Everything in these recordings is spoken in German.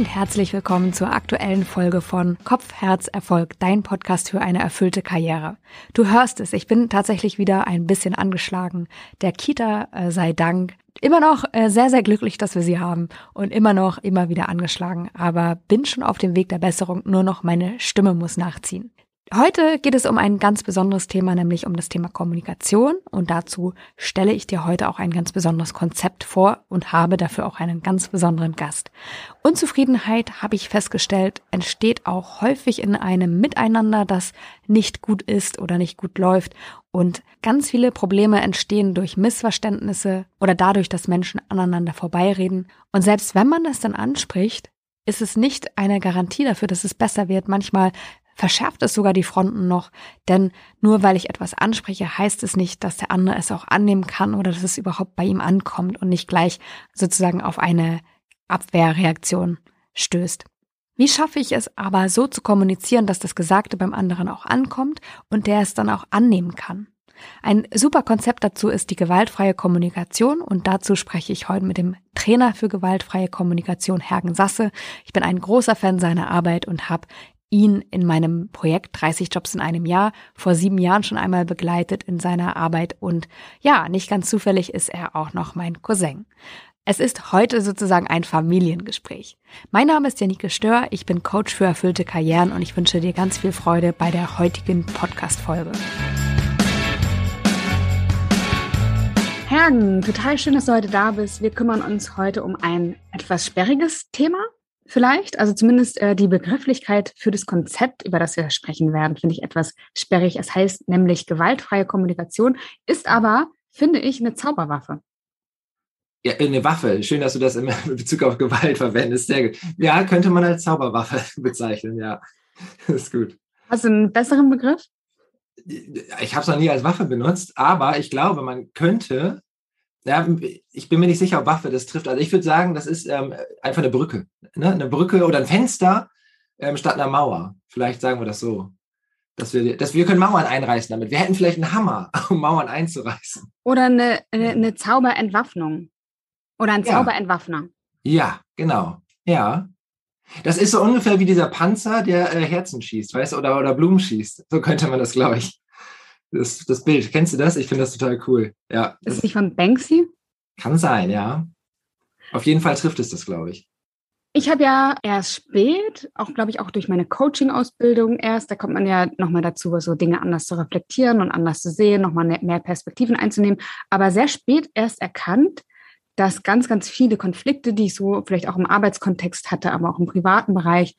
und herzlich willkommen zur aktuellen Folge von Kopf, Herz, Erfolg, dein Podcast für eine erfüllte Karriere. Du hörst es, ich bin tatsächlich wieder ein bisschen angeschlagen. Der Kita sei Dank. Immer noch sehr, sehr glücklich, dass wir sie haben und immer wieder angeschlagen, aber bin schon auf dem Weg der Besserung, nur noch meine Stimme muss nachziehen. Heute geht es um ein ganz besonderes Thema, nämlich um das Thema Kommunikation, und dazu stelle ich dir heute auch ein ganz besonderes Konzept vor und habe dafür auch einen ganz besonderen Gast. Unzufriedenheit, habe ich festgestellt, entsteht auch häufig in einem Miteinander, das nicht gut ist oder nicht gut läuft, und ganz viele Probleme entstehen durch Missverständnisse oder dadurch, dass Menschen aneinander vorbeireden, und selbst wenn man das dann anspricht, ist es nicht eine Garantie dafür, dass es besser wird. Manchmal verschärft es sogar die Fronten noch, denn nur weil ich etwas anspreche, heißt es nicht, dass der andere es auch annehmen kann oder dass es überhaupt bei ihm ankommt und nicht gleich sozusagen auf eine Abwehrreaktion stößt. Wie schaffe ich es aber so zu kommunizieren, dass das Gesagte beim anderen auch ankommt und der es dann auch annehmen kann? Ein super Konzept dazu ist die gewaltfreie Kommunikation, und dazu spreche ich heute mit dem Trainer für gewaltfreie Kommunikation, Hergen Sasse. Ich bin ein großer Fan seiner Arbeit und habe ihn in meinem Projekt 30 Jobs in einem Jahr vor 7 Jahren schon einmal begleitet in seiner Arbeit, und ja, nicht ganz zufällig ist er auch noch mein Cousin. Es ist heute sozusagen ein Familiengespräch. Mein Name ist Janike Stör, ich bin Coach für erfüllte Karrieren und ich wünsche dir ganz viel Freude bei der heutigen Podcast-Folge. Hergen, total schön, dass du heute da bist. Wir kümmern uns heute um ein etwas sperriges Thema. Vielleicht, also zumindest die Begrifflichkeit für das Konzept, über das wir sprechen werden, finde ich etwas sperrig. Es heißt nämlich gewaltfreie Kommunikation, ist aber, finde ich, eine Zauberwaffe. Ja, eine Waffe. Schön, dass du das in Bezug auf Gewalt verwendest. Sehr gut. Ja, könnte man als Zauberwaffe bezeichnen, ja. Das ist gut. Hast du einen besseren Begriff? Ich habe es noch nie als Waffe benutzt, aber ich glaube, man könnte... Ja, ich bin mir nicht sicher, ob Waffe das trifft. Also ich würde sagen, das ist einfach eine Brücke. Ne? Eine Brücke oder ein Fenster statt einer Mauer. Vielleicht sagen wir das so. Dass wir können Mauern einreißen damit. Wir hätten vielleicht einen Hammer, um Mauern einzureißen. Oder eine Zauberentwaffnung. Oder ein Zauberentwaffner. Ja, genau. Ja. Das ist so ungefähr wie dieser Panzer, der Herzen schießt, weißt du, oder Blumen schießt. So könnte man das, glaube ich. Das Bild, kennst du das? Ich finde das total cool. Ja. Ist es nicht von Banksy? Kann sein, ja. Auf jeden Fall trifft es das, glaube ich. Ich habe ja erst spät, auch glaube ich auch durch meine Coaching-Ausbildung erst, da kommt man ja nochmal dazu, so Dinge anders zu reflektieren und anders zu sehen, nochmal mehr Perspektiven einzunehmen, aber sehr spät erst erkannt, dass ganz, ganz viele Konflikte, die ich so vielleicht auch im Arbeitskontext hatte, aber auch im privaten Bereich,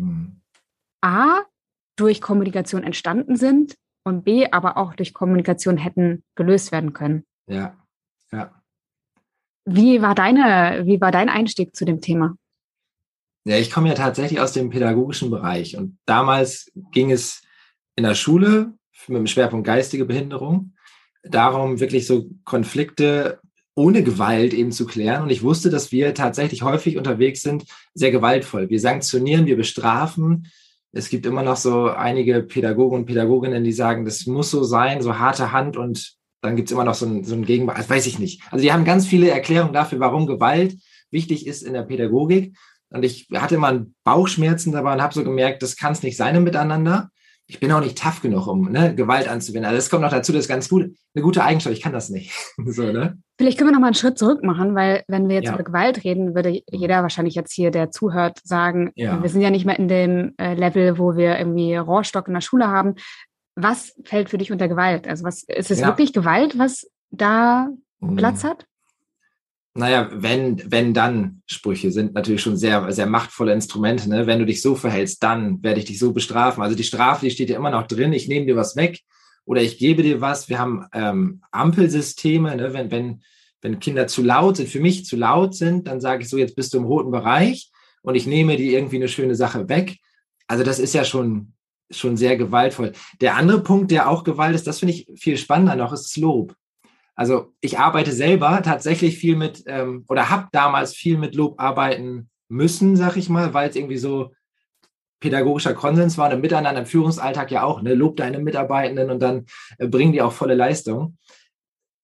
A, durch Kommunikation entstanden sind, und B, aber auch durch Kommunikation hätten gelöst werden können. Ja, ja. Wie war dein Einstieg zu dem Thema? Ja, ich komme ja tatsächlich aus dem pädagogischen Bereich, und damals ging es in der Schule mit dem Schwerpunkt geistige Behinderung darum, wirklich so Konflikte ohne Gewalt eben zu klären. Und ich wusste, dass wir tatsächlich häufig unterwegs sind, sehr gewaltvoll. Wir sanktionieren, wir bestrafen. Es gibt immer noch so einige Pädagogen und Pädagoginnen, die sagen, das muss so sein, so harte Hand, und dann gibt es immer noch so ein Gegenbeispiel, das weiß ich nicht. Also die haben ganz viele Erklärungen dafür, warum Gewalt wichtig ist in der Pädagogik, und ich hatte immer Bauchschmerzen dabei und habe so gemerkt, das kann es nicht sein im Miteinander. Ich bin auch nicht tough genug, um Gewalt anzuwenden. Also das kommt noch dazu, das ist ganz gut, eine gute Eigenschaft, ich kann das nicht. So, ne? Vielleicht können wir noch mal einen Schritt zurück machen, weil wenn wir jetzt über Gewalt reden, würde jeder wahrscheinlich jetzt hier, der zuhört, sagen, wir sind ja nicht mehr in dem Level, wo wir irgendwie Rohrstock in der Schule haben. Was fällt für dich unter Gewalt? Also ist es wirklich Gewalt, was da Platz hat? Naja, wenn-dann-Sprüche sind natürlich schon sehr, sehr machtvolle Instrumente. Ne? Wenn du dich so verhältst, dann werde ich dich so bestrafen. Also die Strafe, die steht ja immer noch drin. Ich nehme dir was weg oder ich gebe dir was. Wir haben Ampelsysteme. Ne? Wenn Kinder zu laut sind, für mich zu laut sind, dann sage ich so, jetzt bist du im roten Bereich und ich nehme dir irgendwie eine schöne Sache weg. Also das ist ja schon sehr gewaltvoll. Der andere Punkt, der auch Gewalt ist, das finde ich viel spannender noch, ist das Lob. Also ich arbeite selber tatsächlich viel mit, oder habe damals viel mit Lob arbeiten müssen, sag ich mal, weil es irgendwie so pädagogischer Konsens war und im Miteinander im Führungsalltag ja auch, ne, lob deine Mitarbeitenden und dann bringen die auch volle Leistung.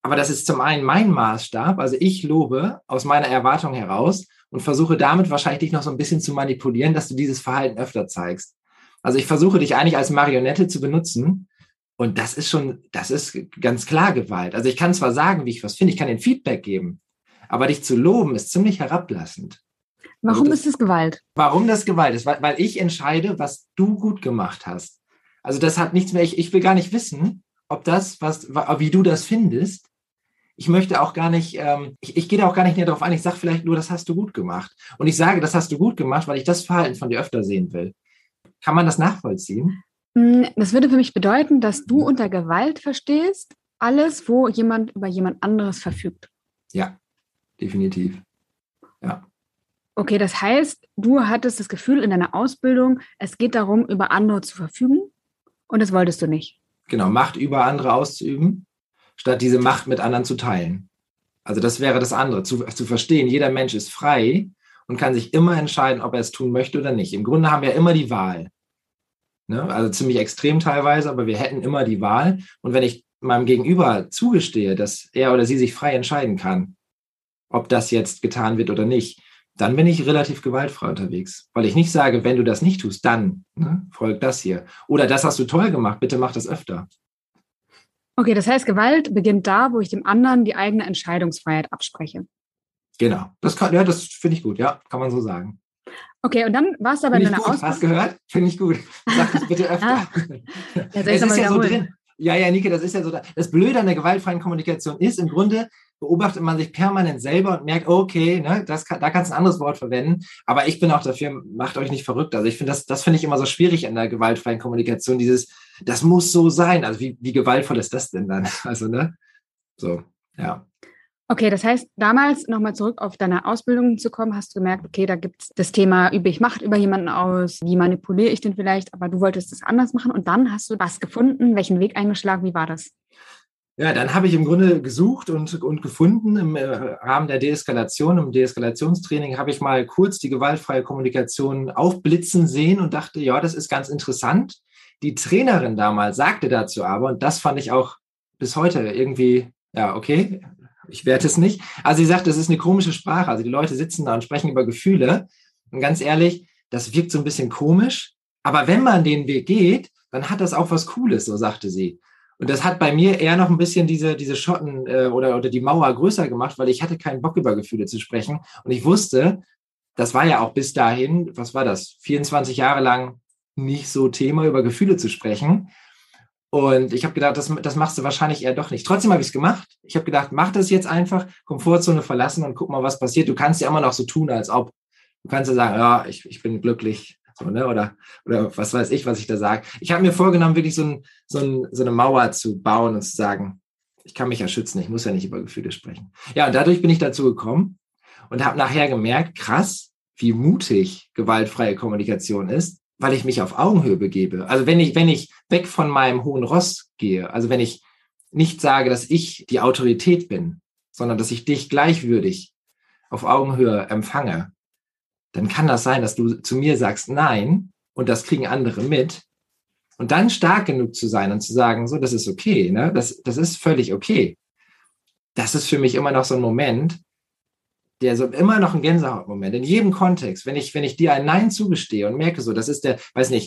Aber das ist zum einen mein Maßstab, also ich lobe aus meiner Erwartung heraus und versuche damit wahrscheinlich dich noch so ein bisschen zu manipulieren, dass du dieses Verhalten öfter zeigst. Also ich versuche dich eigentlich als Marionette zu benutzen und das ist ganz klar Gewalt. Also ich kann zwar sagen, wie ich was finde, ich kann den Feedback geben, aber dich zu loben ist ziemlich herablassend. Warum ist es Gewalt? Warum das Gewalt ist? Weil ich entscheide, was du gut gemacht hast. Also das hat nichts mehr, ich will gar nicht wissen, ob wie du das findest. Ich möchte auch gar nicht, ich gehe da auch gar nicht näher drauf ein. Ich sage vielleicht nur, das hast du gut gemacht. Und ich sage, das hast du gut gemacht, weil ich das Verhalten von dir öfter sehen will. Kann man das nachvollziehen? Das würde für mich bedeuten, dass du unter Gewalt verstehst, alles, wo jemand über jemand anderes verfügt. Ja, definitiv. Ja. Okay, das heißt, du hattest das Gefühl in deiner Ausbildung, es geht darum, über andere zu verfügen und das wolltest du nicht. Genau, Macht über andere auszuüben, statt diese Macht mit anderen zu teilen. Also das wäre das andere, zu verstehen, jeder Mensch ist frei und kann sich immer entscheiden, ob er es tun möchte oder nicht. Im Grunde haben wir immer die Wahl. Ne? Also ziemlich extrem teilweise, aber wir hätten immer die Wahl. Und wenn ich meinem Gegenüber zugestehe, dass er oder sie sich frei entscheiden kann, ob das jetzt getan wird oder nicht, dann bin ich relativ gewaltfrei unterwegs. Weil ich nicht sage, wenn du das nicht tust, dann folgt das hier. Oder das hast du toll gemacht, bitte mach das öfter. Okay, das heißt, Gewalt beginnt da, wo ich dem anderen die eigene Entscheidungsfreiheit abspreche. Genau, das finde ich gut, ja, kann man so sagen. Okay, und dann war es aber in deiner Ausbildung. Hast du gehört? Finde ich gut. Sag das bitte öfter. Ja, es ist ja so drin. Ja, Nike, das ist ja so. Das Blöde an der gewaltfreien Kommunikation ist, im Grunde beobachtet man sich permanent selber und merkt, okay, ne, da kannst du ein anderes Wort verwenden. Aber ich bin auch dafür, macht euch nicht verrückt. Also ich finde, das finde ich immer so schwierig an der gewaltfreien Kommunikation. Das muss so sein. Also wie gewaltvoll ist das denn dann? Also, ne? So, ja. Okay, das heißt, damals nochmal zurück auf deine Ausbildung zu kommen, hast du gemerkt, okay, da gibt es das Thema, übe ich Macht über jemanden aus, wie manipuliere ich den vielleicht, aber du wolltest es anders machen und dann hast du was gefunden, welchen Weg eingeschlagen, wie war das? Ja, dann habe ich im Grunde gesucht und gefunden im Rahmen der Deeskalation, im Deeskalationstraining habe ich mal kurz die gewaltfreie Kommunikation aufblitzen sehen und dachte, ja, das ist ganz interessant. Die Trainerin damals sagte dazu aber, und das fand ich auch bis heute irgendwie, ja, okay, ich werte es nicht. Also sie sagt, das ist eine komische Sprache. Also die Leute sitzen da und sprechen über Gefühle. Und ganz ehrlich, das wirkt so ein bisschen komisch. Aber wenn man den Weg geht, dann hat das auch was Cooles, so sagte sie. Und das hat bei mir eher noch ein bisschen diese Schotten oder die Mauer größer gemacht, weil ich hatte keinen Bock, über Gefühle zu sprechen. Und ich wusste, das war ja auch bis dahin, was war das, 24 Jahre lang nicht so Thema, über Gefühle zu sprechen. Und ich habe gedacht, das machst du wahrscheinlich eher doch nicht. Trotzdem habe ich es gemacht. Ich habe gedacht, mach das jetzt einfach, Komfortzone verlassen und guck mal, was passiert. Du kannst ja immer noch so tun, als ob. Du kannst ja sagen, ja, ich bin glücklich. So, ne? Oder was weiß ich, was ich da sage. Ich habe mir vorgenommen, wirklich so eine Mauer zu bauen und zu sagen, ich kann mich ja schützen, ich muss ja nicht über Gefühle sprechen. Ja, und dadurch bin ich dazu gekommen und habe nachher gemerkt, krass, wie mutig gewaltfreie Kommunikation ist, weil ich mich auf Augenhöhe begebe. Also wenn ich weg von meinem hohen Ross gehe, also wenn ich nicht sage, dass ich die Autorität bin, sondern dass ich dich gleichwürdig auf Augenhöhe empfange, dann kann das sein, dass du zu mir sagst nein und das kriegen andere mit und dann stark genug zu sein und zu sagen, so, das ist okay, ne? Das ist völlig okay. Das ist für mich immer noch so ein Moment, der so immer noch ein Gänsehautmoment in jedem Kontext, wenn ich dir ein Nein zugestehe und merke so, das ist der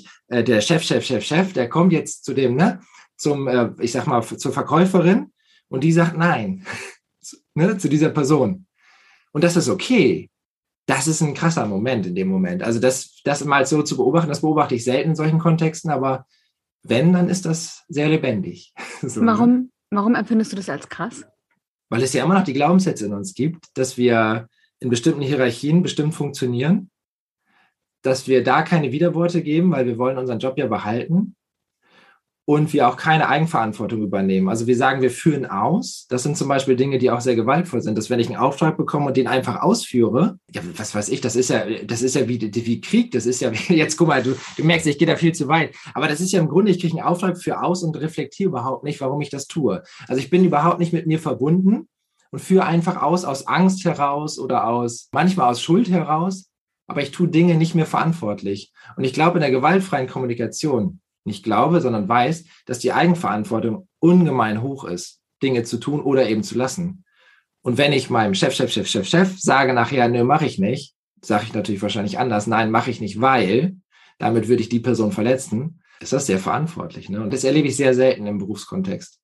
Chef, der kommt jetzt zu dem, ne, ich sag mal, zur Verkäuferin und die sagt Nein, ne, zu dieser Person. Und das ist okay. Das ist ein krasser Moment in dem Moment. Also das mal so zu beobachten, das beobachte ich selten in solchen Kontexten, aber wenn, dann ist das sehr lebendig. So, Warum empfindest du das als krass? Weil es ja immer noch die Glaubenssätze in uns gibt, dass wir in bestimmten Hierarchien bestimmt funktionieren, dass wir da keine Widerworte geben, weil wir wollen unseren Job ja behalten und wir auch keine Eigenverantwortung übernehmen. Also wir sagen, wir führen aus. Das sind zum Beispiel Dinge, die auch sehr gewaltvoll sind, dass wenn ich einen Auftrag bekomme und den einfach ausführe, ja, was weiß ich, das ist ja wie Krieg, das ist ja, jetzt guck mal, du merkst, ich gehe da viel zu weit, aber das ist ja im Grunde, ich kriege einen Auftrag für aus und reflektiere überhaupt nicht, warum ich das tue. Also ich bin überhaupt nicht mit mir verbunden und führe einfach aus Angst heraus oder manchmal aus Schuld heraus, aber ich tue Dinge nicht mehr verantwortlich. Und ich glaube, in der gewaltfreien Kommunikation, nicht glaube, sondern weiß, dass die Eigenverantwortung ungemein hoch ist. Dinge zu tun oder eben zu lassen. Und wenn ich meinem Chef sage nachher, nö, mache ich nicht, sage ich natürlich wahrscheinlich anders, nein, mache ich nicht, weil damit würde ich die Person verletzen, ist das sehr verantwortlich. Ne? Und das erlebe ich sehr selten im Berufskontext.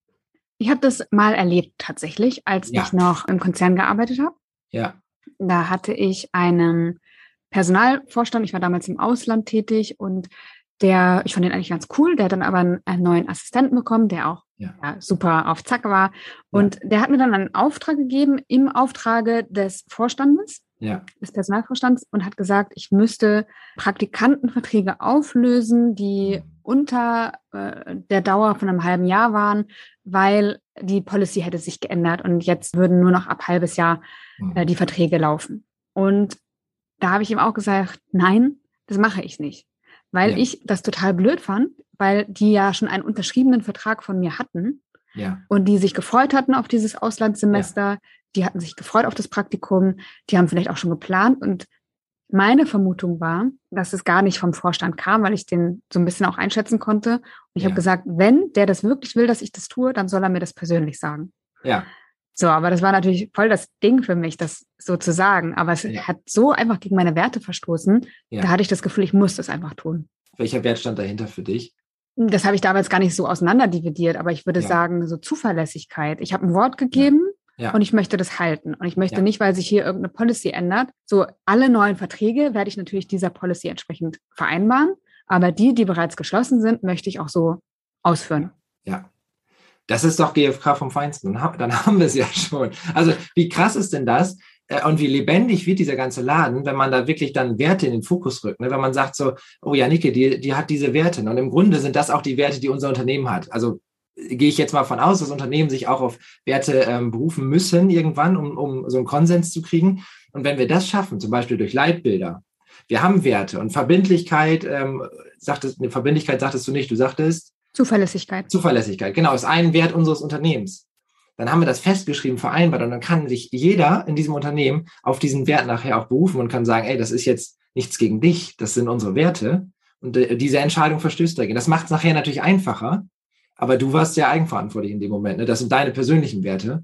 Ich habe das mal erlebt tatsächlich, als ich noch im Konzern gearbeitet habe. Ja. Da hatte ich einen Personalvorstand, ich war damals im Ausland tätig und ich fand den eigentlich ganz cool, der hat dann aber einen neuen Assistenten bekommen, der auch super auf Zack war. Und der hat mir dann einen Auftrag gegeben im Auftrage des Vorstandes, des Personalvorstands, und hat gesagt, ich müsste Praktikantenverträge auflösen, die unter der Dauer von einem halben Jahr waren, weil die Policy hätte sich geändert und jetzt würden nur noch ab halbes Jahr die Verträge laufen. Und da habe ich ihm auch gesagt, nein, das mache ich nicht, weil ich das total blöd fand, weil die ja schon einen unterschriebenen Vertrag von mir hatten und die sich gefreut hatten auf dieses Auslandssemester, die hatten sich gefreut auf das Praktikum, die haben vielleicht auch schon geplant und meine Vermutung war, dass es gar nicht vom Vorstand kam, weil ich den so ein bisschen auch einschätzen konnte. Und ich habe gesagt, wenn der das wirklich will, dass ich das tue, dann soll er mir das persönlich sagen. Ja. So, aber das war natürlich voll das Ding für mich, das so zu sagen. Aber es hat so einfach gegen meine Werte verstoßen. Da hatte ich das Gefühl, ich muss das einfach tun. Welcher Wert stand dahinter für dich? Das habe ich damals gar nicht so auseinanderdividiert, aber ich würde sagen, so Zuverlässigkeit. Ich habe ein Wort gegeben. Und ich möchte das halten. Und ich möchte nicht, weil sich hier irgendeine Policy ändert. So, alle neuen Verträge werde ich natürlich dieser Policy entsprechend vereinbaren. Aber die bereits geschlossen sind, möchte ich auch so ausführen. Ja. Das ist doch GfK vom Feinsten. Dann haben wir es ja schon. Also, wie krass ist denn das? Und wie lebendig wird dieser ganze Laden, wenn man da wirklich dann Werte in den Fokus rückt. Ne? Wenn man sagt so, oh ja, Nike, die hat diese Werte. Und im Grunde sind das auch die Werte, die unser Unternehmen hat. Also, gehe ich jetzt mal von aus, dass Unternehmen sich auch auf Werte berufen müssen irgendwann, um so einen Konsens zu kriegen. Und wenn wir das schaffen, zum Beispiel durch Leitbilder, wir haben Werte und Verbindlichkeit, Verbindlichkeit sagtest du nicht, du sagtest? Zuverlässigkeit. Zuverlässigkeit, genau, ist ein Wert unseres Unternehmens. Dann haben wir das festgeschrieben, vereinbart und dann kann sich jeder in diesem Unternehmen auf diesen Wert nachher auch berufen und kann sagen, ey, das ist jetzt nichts gegen dich, das sind unsere Werte und diese Entscheidung verstößt dagegen. Das macht es nachher natürlich einfacher. Aber du warst ja eigenverantwortlich in dem Moment. Ne? Das sind deine persönlichen Werte.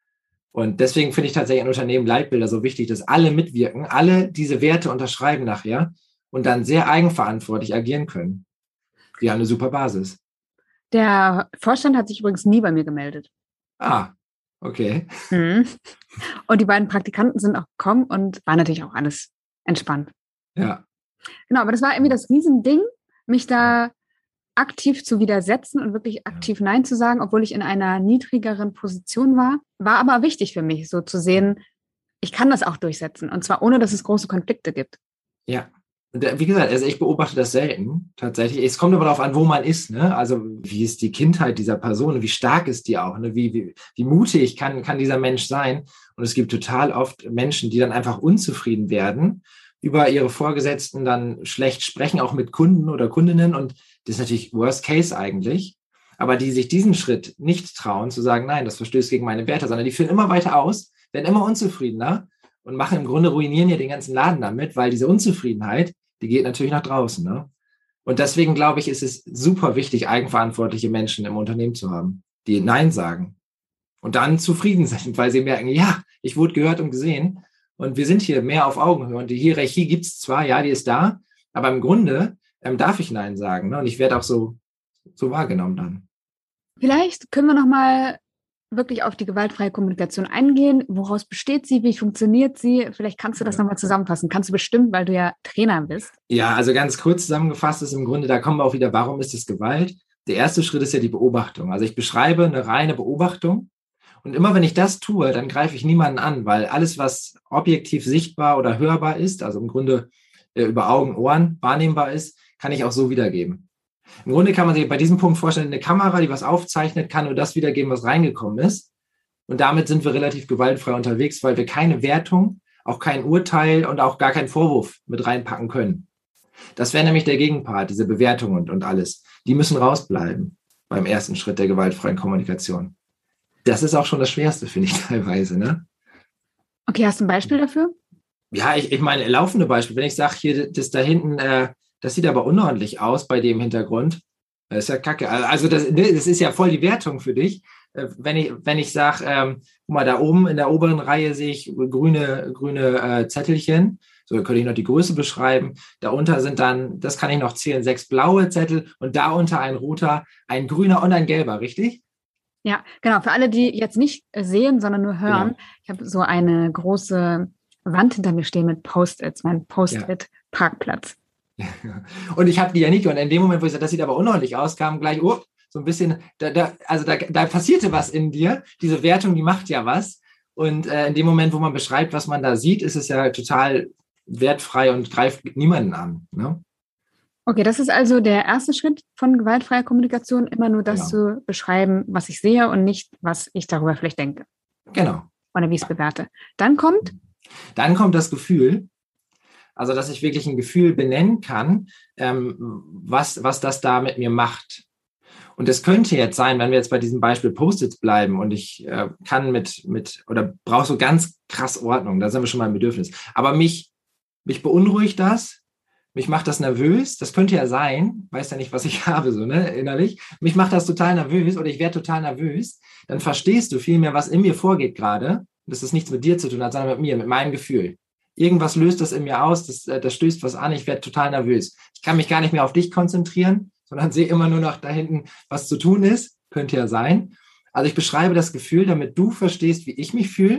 Und deswegen finde ich tatsächlich in Unternehmen Leitbilder so wichtig, dass alle mitwirken, alle diese Werte unterschreiben nachher und dann sehr eigenverantwortlich agieren können. Die haben eine super Basis. Der Vorstand hat sich übrigens nie bei mir gemeldet. Ah, okay. Und die beiden Praktikanten sind auch gekommen und war natürlich auch alles entspannt. Ja. Genau, aber das war irgendwie das Riesending, mich da aktiv zu widersetzen und wirklich aktiv Nein zu sagen, obwohl ich in einer niedrigeren Position war aber wichtig für mich, so zu sehen, ich kann das auch durchsetzen und zwar ohne, dass es große Konflikte gibt. Ja, und wie gesagt, also ich beobachte das selten tatsächlich. Es kommt aber darauf an, wo man ist, ne? Also wie ist die Kindheit dieser Person, wie stark ist die auch, ne? Wie mutig kann dieser Mensch sein? Und es gibt total oft Menschen, die dann einfach unzufrieden werden, über ihre Vorgesetzten dann schlecht sprechen, auch mit Kunden oder Kundinnen. Und das ist natürlich Worst Case eigentlich. Aber die sich diesen Schritt nicht trauen, zu sagen, nein, das verstößt gegen meine Werte, sondern die führen immer weiter aus, werden immer unzufriedener und machen im Grunde, ruinieren ja den ganzen Laden damit, weil diese Unzufriedenheit, die geht natürlich nach draußen. Ne? Und deswegen, glaube ich, ist es super wichtig, eigenverantwortliche Menschen im Unternehmen zu haben, die Nein sagen und dann zufrieden sind, weil sie merken, ja, ich wurde gehört und gesehen. Und wir sind hier mehr auf Augenhöhe. Und die Hierarchie gibt es zwar, ja, die ist da, aber im Grunde darf ich Nein sagen. Ne? Und ich werde auch so wahrgenommen dann. Vielleicht können wir nochmal wirklich auf die gewaltfreie Kommunikation eingehen. Woraus besteht sie? Wie funktioniert sie? Vielleicht kannst du das nochmal zusammenfassen. Kannst du bestimmt, weil du ja Trainer bist. Ja, also ganz kurz zusammengefasst ist im Grunde, da kommen wir auch wieder, warum ist es Gewalt? Der erste Schritt ist ja die Beobachtung. Also ich beschreibe eine reine Beobachtung. Und immer wenn ich das tue, dann greife ich niemanden an, weil alles, was objektiv sichtbar oder hörbar ist, also im Grunde über Augen, Ohren wahrnehmbar ist, kann ich auch so wiedergeben. Im Grunde kann man sich bei diesem Punkt vorstellen, eine Kamera, die was aufzeichnet, kann nur das wiedergeben, was reingekommen ist. Und damit sind wir relativ gewaltfrei unterwegs, weil wir keine Wertung, auch kein Urteil und auch gar keinen Vorwurf mit reinpacken können. Das wäre nämlich der Gegenpart, diese Bewertung und alles. Die müssen rausbleiben beim ersten Schritt der gewaltfreien Kommunikation. Das ist auch schon das Schwerste, finde ich teilweise. Ne? Okay, hast du ein Beispiel dafür? Ja, ich meine, laufende Beispiel. Wenn ich sage, hier, das da hinten, das sieht aber unordentlich aus bei dem Hintergrund. Das ist ja kacke. Also das ist ja voll die Wertung für dich. wenn ich sage, guck mal, da oben in der oberen Reihe sehe ich grüne Zettelchen. So könnte ich noch die Größe beschreiben. Darunter sind dann, das kann ich noch zählen, 6 blaue Zettel und darunter ein roter, ein grüner und ein gelber, richtig? Ja, genau. Für alle, die jetzt nicht sehen, sondern nur hören, Genau. ich habe so eine große Wand hinter mir stehen mit Post-its, mein Post-it-Parkplatz. Und ich habe die Janike und in dem Moment, wo ich sage, das sieht aber unordentlich aus, kam gleich, so ein bisschen, da passierte was in dir. Diese Wertung, die macht ja was. Und in dem Moment, wo man beschreibt, was man da sieht, ist es ja total wertfrei und greift niemanden an. Ne? Okay, das ist also der erste Schritt von gewaltfreier Kommunikation, immer nur das zu beschreiben, was ich sehe und nicht, was ich darüber vielleicht denke. Genau. Oder wie ich es bewerte. Dann kommt das Gefühl, also dass ich wirklich ein Gefühl benennen kann, was das da mit mir macht. Und es könnte jetzt sein, wenn wir jetzt bei diesem Beispiel Post-its bleiben und ich kann oder brauche so ganz krass Ordnung, da sind wir schon mal im Bedürfnis. Aber mich beunruhigt das, mich macht das nervös, das könnte ja sein, weiß ja nicht, was ich habe, so, ne, innerlich. Mich macht das total nervös oder ich werde total nervös, dann verstehst du viel mehr, was in mir vorgeht gerade. Dass das nichts mit dir zu tun hat, sondern mit mir, mit meinem Gefühl. Irgendwas löst das in mir aus, das stößt was an, ich werde total nervös. Ich kann mich gar nicht mehr auf dich konzentrieren, sondern sehe immer nur noch da hinten, was zu tun ist. Könnte ja sein. Also ich beschreibe das Gefühl, damit du verstehst, wie ich mich fühle.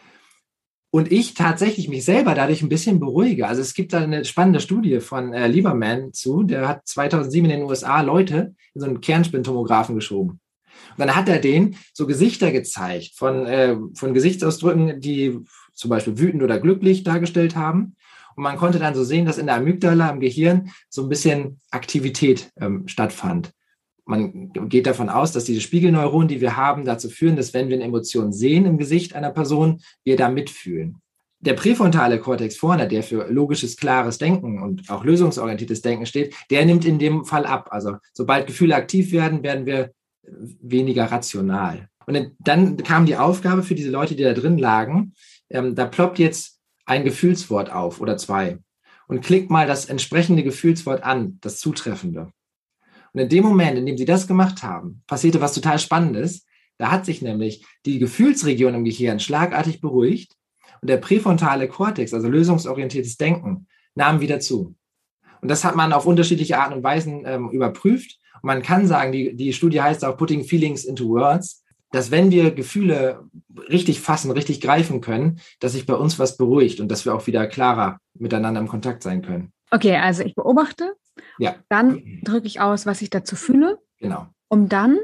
Und ich tatsächlich mich selber dadurch ein bisschen beruhige. Also es gibt da eine spannende Studie von Lieberman zu, der hat 2007 in den USA Leute in so einen Kernspintomographen geschoben. Und dann hat er denen so Gesichter gezeigt von Gesichtsausdrücken, die zum Beispiel wütend oder glücklich dargestellt haben. Und man konnte dann so sehen, dass in der Amygdala im Gehirn so ein bisschen Aktivität stattfand. Man geht davon aus, dass diese Spiegelneuronen, die wir haben, dazu führen, dass wenn wir eine Emotion sehen im Gesicht einer Person, wir da mitfühlen. Der präfrontale Kortex vorne, der für logisches, klares Denken und auch lösungsorientiertes Denken steht, der nimmt in dem Fall ab. Also sobald Gefühle aktiv werden, werden wir weniger rational. Und dann kam die Aufgabe für diese Leute, die da drin lagen, da ploppt jetzt ein Gefühlswort auf oder zwei und klickt mal das entsprechende Gefühlswort an, das zutreffende. Und in dem Moment, in dem sie das gemacht haben, passierte was total Spannendes. Da hat sich nämlich die Gefühlsregion im Gehirn schlagartig beruhigt und der präfrontale Kortex, also lösungsorientiertes Denken, nahm wieder zu. Und das hat man auf unterschiedliche Arten und Weisen überprüft. Und man kann sagen, die Studie heißt auch Putting Feelings into Words, dass wenn wir Gefühle richtig fassen, richtig greifen können, dass sich bei uns was beruhigt und dass wir auch wieder klarer miteinander im Kontakt sein können. Okay, also ich beobachte, dann drücke ich aus, was ich dazu fühle. Genau. Um dann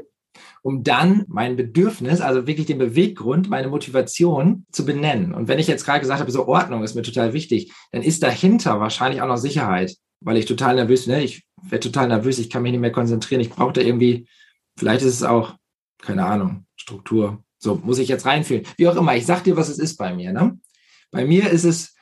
mein Bedürfnis, also wirklich den Beweggrund, meine Motivation zu benennen. Und wenn ich jetzt gerade gesagt habe, so Ordnung ist mir total wichtig, dann ist dahinter wahrscheinlich auch noch Sicherheit, weil ich total nervös bin. Ich werde total nervös, ich kann mich nicht mehr konzentrieren, ich brauche da irgendwie, vielleicht ist es auch, keine Ahnung, Struktur. So, muss ich jetzt reinfühlen. Wie auch immer, ich sag dir, was es ist bei mir. Ne? Bei mir ist es,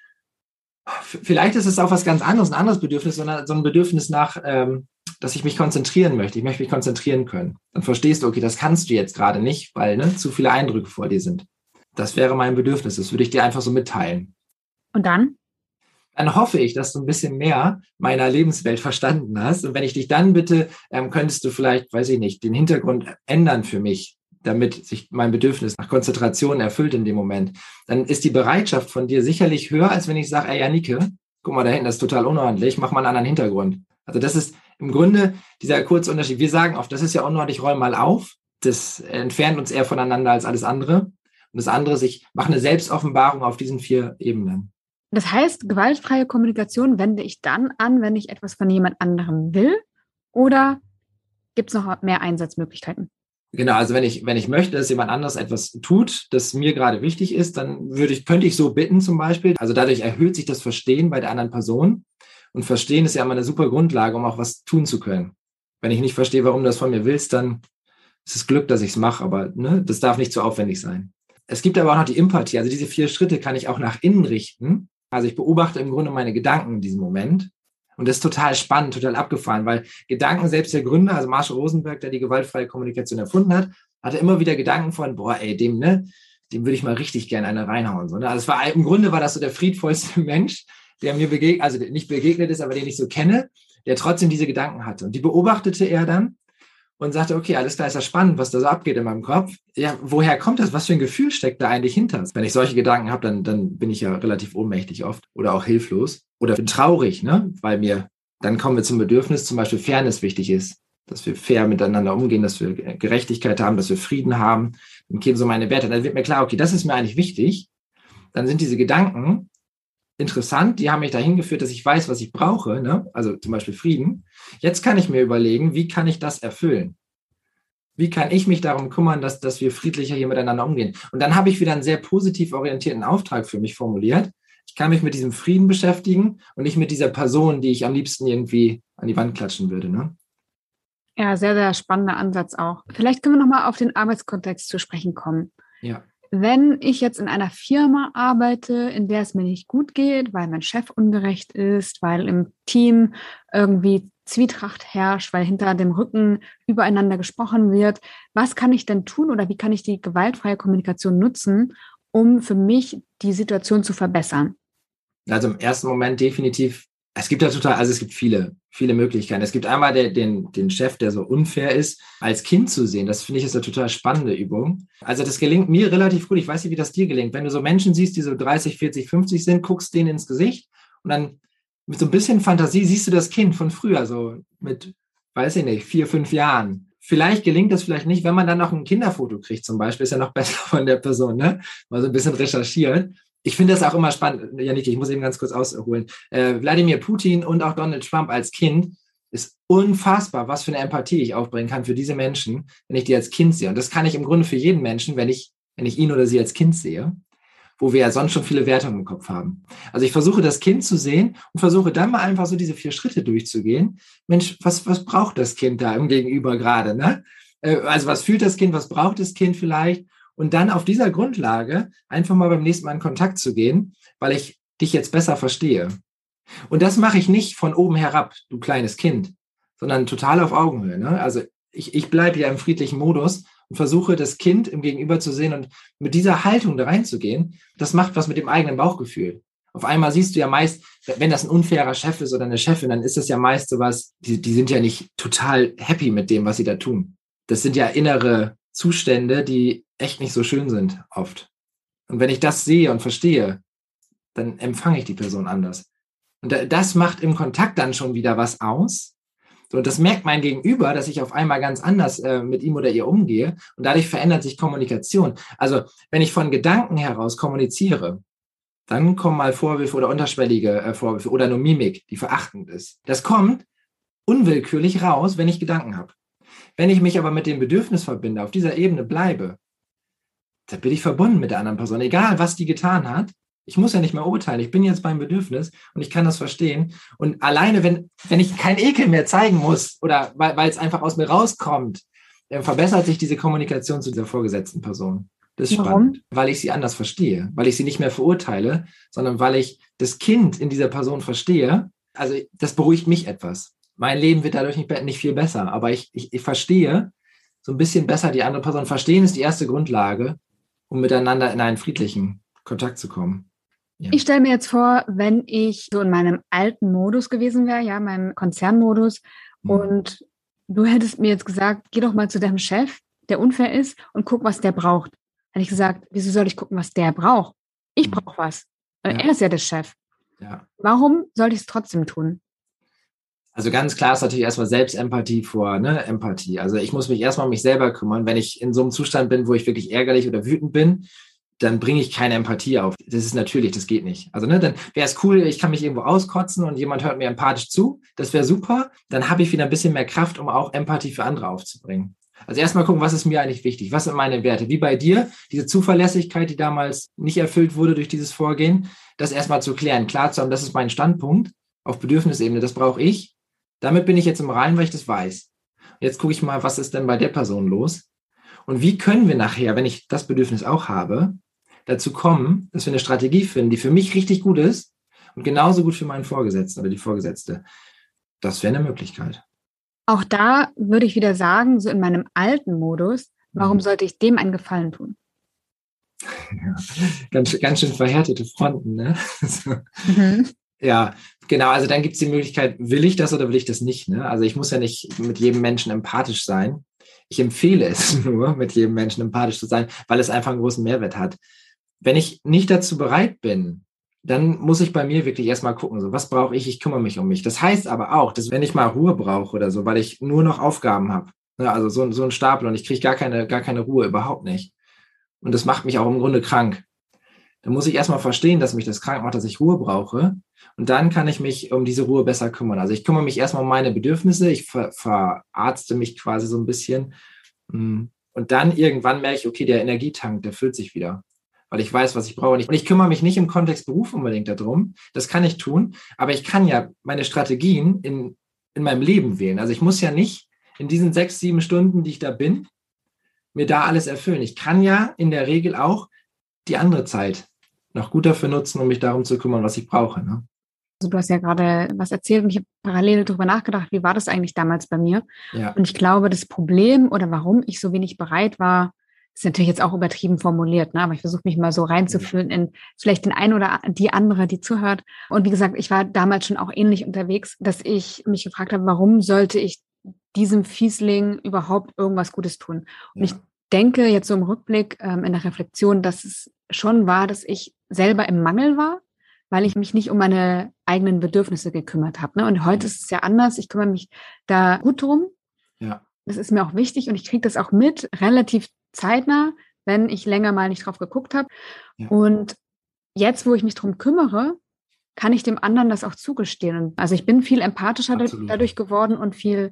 vielleicht ist es auch was ganz anderes, ein anderes Bedürfnis, sondern so ein Bedürfnis nach, dass ich mich konzentrieren möchte. Ich möchte mich konzentrieren können. Dann verstehst du, okay, das kannst du jetzt gerade nicht, weil zu viele Eindrücke vor dir sind. Das wäre mein Bedürfnis. Das würde ich dir einfach so mitteilen. Und dann? Dann hoffe ich, dass du ein bisschen mehr meiner Lebenswelt verstanden hast. Und wenn ich dich dann bitte, könntest du vielleicht, weiß ich nicht, den Hintergrund ändern für mich, damit sich mein Bedürfnis nach Konzentration erfüllt in dem Moment. Dann ist die Bereitschaft von dir sicherlich höher, als wenn ich sage, ey, Janike, guck mal da hinten, das ist total unordentlich, mach mal einen anderen Hintergrund. Also das ist im Grunde dieser kurze Unterschied. Wir sagen oft, das ist ja unordentlich, räum mal auf. Das entfernt uns eher voneinander als alles andere. Und das andere ist, ich mache eine Selbstoffenbarung auf diesen 4 Ebenen. Das heißt, gewaltfreie Kommunikation wende ich dann an, wenn ich etwas von jemand anderem will? Oder gibt es noch mehr Einsatzmöglichkeiten? Genau, also wenn ich möchte, dass jemand anderes etwas tut, das mir gerade wichtig ist, dann könnte ich so bitten zum Beispiel. Also dadurch erhöht sich das Verstehen bei der anderen Person. Und Verstehen ist ja immer eine super Grundlage, um auch was tun zu können. Wenn ich nicht verstehe, warum du das von mir willst, dann ist es Glück, dass ich es mache, aber das darf nicht zu aufwendig sein. Es gibt aber auch noch die Empathie. Also diese 4 Schritte kann ich auch nach innen richten. Also ich beobachte im Grunde meine Gedanken in diesem Moment. Und das ist total spannend, total abgefahren, weil Gedanken, selbst der Gründer, also Marshall Rosenberg, der die gewaltfreie Kommunikation erfunden hat, hatte immer wieder Gedanken von, dem würde ich mal richtig gerne eine reinhauen. So, ne? Also im Grunde war das so der friedvollste Mensch, der mir begegnet, also nicht begegnet ist, aber den ich so kenne, der trotzdem diese Gedanken hatte. Und die beobachtete er dann und sagte, okay, alles klar, ist ja spannend, was da so abgeht in meinem Kopf. Ja, woher kommt das? Was für ein Gefühl steckt da eigentlich hinter? Wenn ich solche Gedanken habe, dann bin ich ja relativ ohnmächtig oft oder auch hilflos oder bin traurig, ne? Dann kommen wir zum Bedürfnis, zum Beispiel Fairness wichtig ist, dass wir fair miteinander umgehen, dass wir Gerechtigkeit haben, dass wir Frieden haben. Dann kämen so meine Werte. Dann wird mir klar, okay, das ist mir eigentlich wichtig. Dann sind diese Gedanken interessant, die haben mich dahin geführt, dass ich weiß, was ich brauche, ne? Also zum Beispiel Frieden. Jetzt kann ich mir überlegen, wie kann ich das erfüllen? Wie kann ich mich darum kümmern, dass wir friedlicher hier miteinander umgehen? Und dann habe ich wieder einen sehr positiv orientierten Auftrag für mich formuliert. Ich kann mich mit diesem Frieden beschäftigen und nicht mit dieser Person, die ich am liebsten irgendwie an die Wand klatschen würde, ne? Ja, sehr, sehr spannender Ansatz auch. Vielleicht können wir nochmal auf den Arbeitskontext zu sprechen kommen. Ja. Wenn ich jetzt in einer Firma arbeite, in der es mir nicht gut geht, weil mein Chef ungerecht ist, weil im Team irgendwie Zwietracht herrscht, weil hinter dem Rücken übereinander gesprochen wird, was kann ich denn tun oder wie kann ich die gewaltfreie Kommunikation nutzen, um für mich die Situation zu verbessern? Also im ersten Moment definitiv, es gibt viele Möglichkeiten. Es gibt einmal den Chef, der so unfair ist, als Kind zu sehen. Das finde ich ist eine total spannende Übung. Also das gelingt mir relativ gut. Ich weiß nicht, wie das dir gelingt. Wenn du so Menschen siehst, die so 30, 40, 50 sind, guckst denen ins Gesicht und dann mit so ein bisschen Fantasie siehst du das Kind von früher, so mit, weiß ich nicht, 4, 5 Jahren. Vielleicht gelingt das vielleicht nicht, wenn man dann noch ein Kinderfoto kriegt zum Beispiel, ist ja noch besser von der Person, ne? Mal so ein bisschen recherchiert. Ich finde das auch immer spannend, Janike, ich muss eben ganz kurz ausholen. Wladimir Putin und auch Donald Trump als Kind ist unfassbar, was für eine Empathie ich aufbringen kann für diese Menschen, wenn ich die als Kind sehe. Und das kann ich im Grunde für jeden Menschen, wenn ich ihn oder sie als Kind sehe, wo wir ja sonst schon viele Werte im Kopf haben. Also ich versuche das Kind zu sehen und versuche dann mal einfach so diese 4 Schritte durchzugehen. Mensch, was braucht das Kind da im Gegenüber gerade, ne? Also was fühlt das Kind, was braucht das Kind vielleicht? Und dann auf dieser Grundlage einfach mal beim nächsten Mal in Kontakt zu gehen, weil ich dich jetzt besser verstehe. Und das mache ich nicht von oben herab, du kleines Kind, sondern total auf Augenhöhe, ne? Also ich bleibe ja im friedlichen Modus und versuche, das Kind im Gegenüber zu sehen und mit dieser Haltung da reinzugehen. Das macht was mit dem eigenen Bauchgefühl. Auf einmal siehst du ja meist, wenn das ein unfairer Chef ist oder eine Chefin, dann ist das ja meist sowas, die sind ja nicht total happy mit dem, was sie da tun. Das sind ja innere Zustände, die echt nicht so schön sind oft. Und wenn ich das sehe und verstehe, dann empfange ich die Person anders. Und das macht im Kontakt dann schon wieder was aus. So, und das merkt mein Gegenüber, dass ich auf einmal ganz anders mit ihm oder ihr umgehe. Und dadurch verändert sich Kommunikation. Also wenn ich von Gedanken heraus kommuniziere, dann kommen mal Vorwürfe oder unterschwellige Vorwürfe oder nur Mimik, die verachtend ist. Das kommt unwillkürlich raus, wenn ich Gedanken habe. Wenn ich mich aber mit dem Bedürfnis verbinde, auf dieser Ebene bleibe, dann bin ich verbunden mit der anderen Person, egal was die getan hat. Ich muss ja nicht mehr urteilen. Ich bin jetzt beim Bedürfnis und ich kann das verstehen. Und alleine, wenn ich kein Ekel mehr zeigen muss oder weil es einfach aus mir rauskommt, verbessert sich diese Kommunikation zu dieser vorgesetzten Person. Das ist spannend, weil ich sie anders verstehe, weil ich sie nicht mehr verurteile, sondern weil ich das Kind in dieser Person verstehe. Also das beruhigt mich etwas. Mein Leben wird dadurch nicht viel besser, aber ich verstehe so ein bisschen besser die andere Person. Verstehen ist die erste Grundlage, um miteinander in einen friedlichen Kontakt zu kommen. Ja. Ich stelle mir jetzt vor, wenn ich so in meinem alten Modus gewesen wäre, ja, meinem Konzernmodus, und du hättest mir jetzt gesagt, geh doch mal zu deinem Chef, der unfair ist, und guck, was der braucht. Hätte ich gesagt, wieso soll ich gucken, was der braucht? Ich brauche was. Er ist ja der Chef. Ja. Warum sollte ich es trotzdem tun? Also ganz klar ist natürlich erstmal Selbstempathie vor Empathie. Also ich muss mich erstmal um mich selber kümmern. Wenn ich in so einem Zustand bin, wo ich wirklich ärgerlich oder wütend bin, dann bringe ich keine Empathie auf. Das ist natürlich, das geht nicht. Also dann wäre es cool, ich kann mich irgendwo auskotzen und jemand hört mir empathisch zu. Das wäre super. Dann habe ich wieder ein bisschen mehr Kraft, um auch Empathie für andere aufzubringen. Also erstmal gucken, was ist mir eigentlich wichtig? Was sind meine Werte? Wie bei dir, diese Zuverlässigkeit, die damals nicht erfüllt wurde durch dieses Vorgehen, das erstmal zu klären, klar zu haben, das ist mein Standpunkt auf Bedürfnisebene, das brauche ich. Damit bin ich jetzt im Reinen, weil ich das weiß. Jetzt gucke ich mal, was ist denn bei der Person los? Und wie können wir nachher, wenn ich das Bedürfnis auch habe, dazu kommen, dass wir eine Strategie finden, die für mich richtig gut ist und genauso gut für meinen Vorgesetzten oder die Vorgesetzte. Das wäre eine Möglichkeit. Auch da würde ich wieder sagen, so in meinem alten Modus, warum sollte ich dem einen Gefallen tun? Ja, ganz schön verhärtete Fronten, ne? Ja, genau. Also dann gibt es die Möglichkeit, will ich das oder will ich das nicht? Ne? Also ich muss ja nicht mit jedem Menschen empathisch sein. Ich empfehle es nur, mit jedem Menschen empathisch zu sein, weil es einfach einen großen Mehrwert hat. Wenn ich nicht dazu bereit bin, dann muss ich bei mir wirklich erstmal gucken, so, was brauche ich? Ich kümmere mich um mich. Das heißt aber auch, dass wenn ich mal Ruhe brauche oder so, weil ich nur noch Aufgaben habe, ne, also so ein Stapel und ich kriege gar keine Ruhe, überhaupt nicht. Und das macht mich auch im Grunde krank. Dann muss ich erstmal verstehen, dass mich das krank macht, dass ich Ruhe brauche. Und dann kann ich mich um diese Ruhe besser kümmern. Also ich kümmere mich erstmal um meine Bedürfnisse. Ich verarzte mich quasi so ein bisschen. Und dann irgendwann merke ich, okay, der Energietank, der füllt sich wieder. Weil ich weiß, was ich brauche. Und ich kümmere mich nicht im Kontext Beruf unbedingt darum. Das kann ich tun. Aber ich kann ja meine Strategien in meinem Leben wählen. Also ich muss ja nicht in diesen 6, 7 Stunden, die ich da bin, mir da alles erfüllen. Ich kann ja in der Regel auch die andere Zeit noch gut dafür nutzen, um mich darum zu kümmern, was ich brauche. Ne? Also du hast ja gerade was erzählt und ich habe parallel darüber nachgedacht, wie war das eigentlich damals bei mir? Ja. Und ich glaube, das Problem oder warum ich so wenig bereit war, ist natürlich jetzt auch übertrieben formuliert, ne? Aber ich versuche mich mal so reinzufühlen in vielleicht den einen oder die andere, die zuhört. Und wie gesagt, ich war damals schon auch ähnlich unterwegs, dass ich mich gefragt habe, warum sollte ich diesem Fiesling überhaupt irgendwas Gutes tun? Und ich denke jetzt so im Rückblick, in der Reflexion, dass es schon war, dass ich selber im Mangel war, weil ich mich nicht um meine eigenen Bedürfnisse gekümmert habe. Ne? Und heute ist es ja anders. Ich kümmere mich da gut drum. Ja. Das ist mir auch wichtig und ich kriege das auch mit, relativ zeitnah, wenn ich länger mal nicht drauf geguckt habe. Ja. Und jetzt, wo ich mich drum kümmere, kann ich dem anderen das auch zugestehen. Und also ich bin viel empathischer dadurch geworden und viel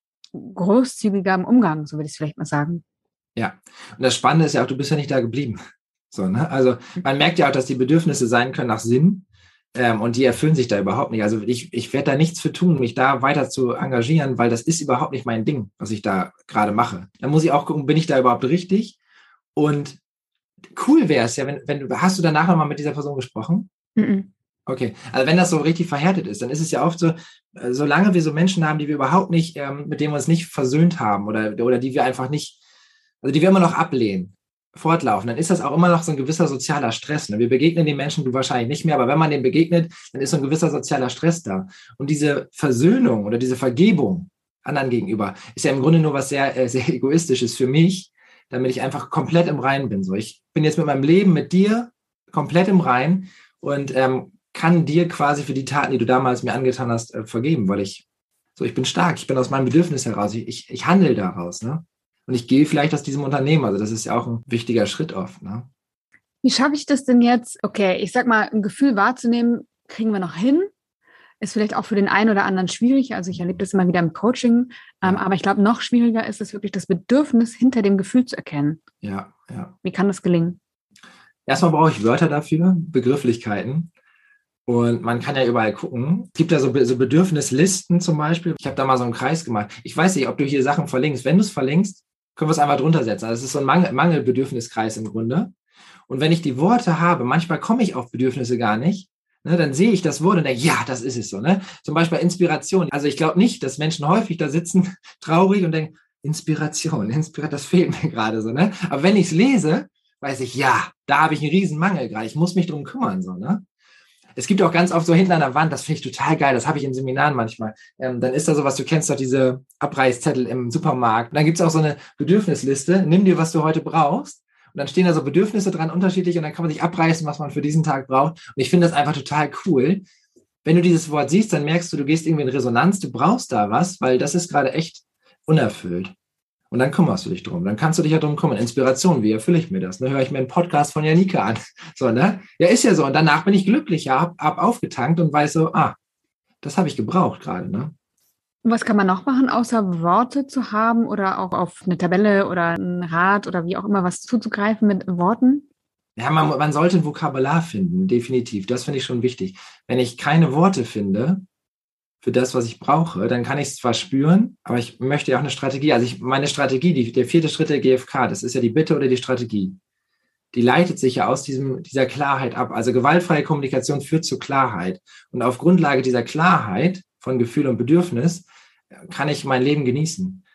großzügiger im Umgang, so würde ich es vielleicht mal sagen. Ja, und das Spannende ist ja auch, du bist ja nicht da geblieben. So, ne? Also man merkt ja auch, dass die Bedürfnisse sein können nach Sinn und die erfüllen sich da überhaupt nicht. Also ich werde da nichts für tun, mich da weiter zu engagieren, weil das ist überhaupt nicht mein Ding, was ich da gerade mache. Da muss ich auch gucken, bin ich da überhaupt richtig? Und cool wäre es ja, hast du danach nochmal mit dieser Person gesprochen? Mhm. Okay, also wenn das so richtig verhärtet ist, dann ist es ja oft so, solange wir so Menschen haben, die wir überhaupt nicht, mit denen wir uns nicht versöhnt haben oder die wir einfach nicht, also die wir immer noch ablehnen, fortlaufen, dann ist das auch immer noch so ein gewisser sozialer Stress. Ne? Wir begegnen den Menschen, du wahrscheinlich nicht mehr, aber wenn man denen begegnet, dann ist so ein gewisser sozialer Stress da. Und diese Versöhnung oder diese Vergebung anderen gegenüber ist ja im Grunde nur was sehr, sehr Egoistisches für mich, damit ich einfach komplett im Reinen bin. So, ich bin jetzt mit meinem Leben, mit dir komplett im Reinen und kann dir quasi für die Taten, die du damals mir angetan hast, vergeben, weil ich bin stark, ich bin aus meinem Bedürfnis heraus, ich handle daraus, ne? Und ich gehe vielleicht aus diesem Unternehmen, also das ist ja auch ein wichtiger Schritt oft, ne? Wie schaffe ich das denn jetzt? Okay, ich sag mal, ein Gefühl wahrzunehmen, kriegen wir noch hin. Ist vielleicht auch für den einen oder anderen schwierig, also ich erlebe das immer wieder im Coaching, aber ich glaube, noch schwieriger ist es wirklich, das Bedürfnis hinter dem Gefühl zu erkennen. Ja. Wie kann das gelingen? Erstmal brauche ich Wörter dafür, Begrifflichkeiten. Und man kann ja überall gucken. Es gibt ja so Bedürfnislisten zum Beispiel. Ich habe da mal so einen Kreis gemacht. Ich weiß nicht, ob du hier Sachen verlinkst. Wenn du es verlinkst, können wir es einfach drunter setzen. Also es ist so ein Mangelbedürfniskreis im Grunde. Und wenn ich die Worte habe, manchmal komme ich auf Bedürfnisse gar nicht, ne, dann sehe ich das Wort und denke, ja, das ist es so. Ne? Zum Beispiel Inspiration. Also ich glaube nicht, dass Menschen häufig da sitzen, traurig und denken, Inspiration, das fehlt mir gerade so. Ne? Aber wenn ich es lese, weiß ich, ja, da habe ich einen riesen Mangel gerade. Ich muss mich drum kümmern. So, ne? Es gibt auch ganz oft so hinten an der Wand, das finde ich total geil, das habe ich in Seminaren manchmal. Dann ist da sowas, du kennst doch diese Abreißzettel im Supermarkt. Und dann gibt es auch so eine Bedürfnisliste, nimm dir, was du heute brauchst. Und dann stehen da so Bedürfnisse dran, unterschiedlich, und dann kann man sich abreißen, was man für diesen Tag braucht. Und ich finde das einfach total cool. Wenn du dieses Wort siehst, dann merkst du gehst irgendwie in Resonanz, du brauchst da was, weil das ist gerade echt unerfüllt. Und dann kümmerst du dich drum. Dann kannst du dich ja drum kümmern. Inspiration, wie erfülle ich mir das? Ne? Höre ich mir einen Podcast von Janike an. So, ne? Ja, ist ja so. Und danach bin ich glücklich, ja, hab aufgetankt und weiß so, das habe ich gebraucht gerade. Ne? Was kann man noch machen, außer Worte zu haben oder auch auf eine Tabelle oder ein Rad oder wie auch immer was zuzugreifen mit Worten? Ja, man sollte ein Vokabular finden, definitiv. Das finde ich schon wichtig. Wenn ich keine Worte finde für das, was ich brauche, dann kann ich es zwar spüren, aber ich möchte ja auch eine Strategie. Also meine Strategie, der 4. Schritt der GfK, das ist ja die Bitte oder die Strategie. Die leitet sich ja aus dieser Klarheit ab. Also gewaltfreie Kommunikation führt zu Klarheit. Und auf Grundlage dieser Klarheit von Gefühl und Bedürfnis kann ich mein Leben genießen.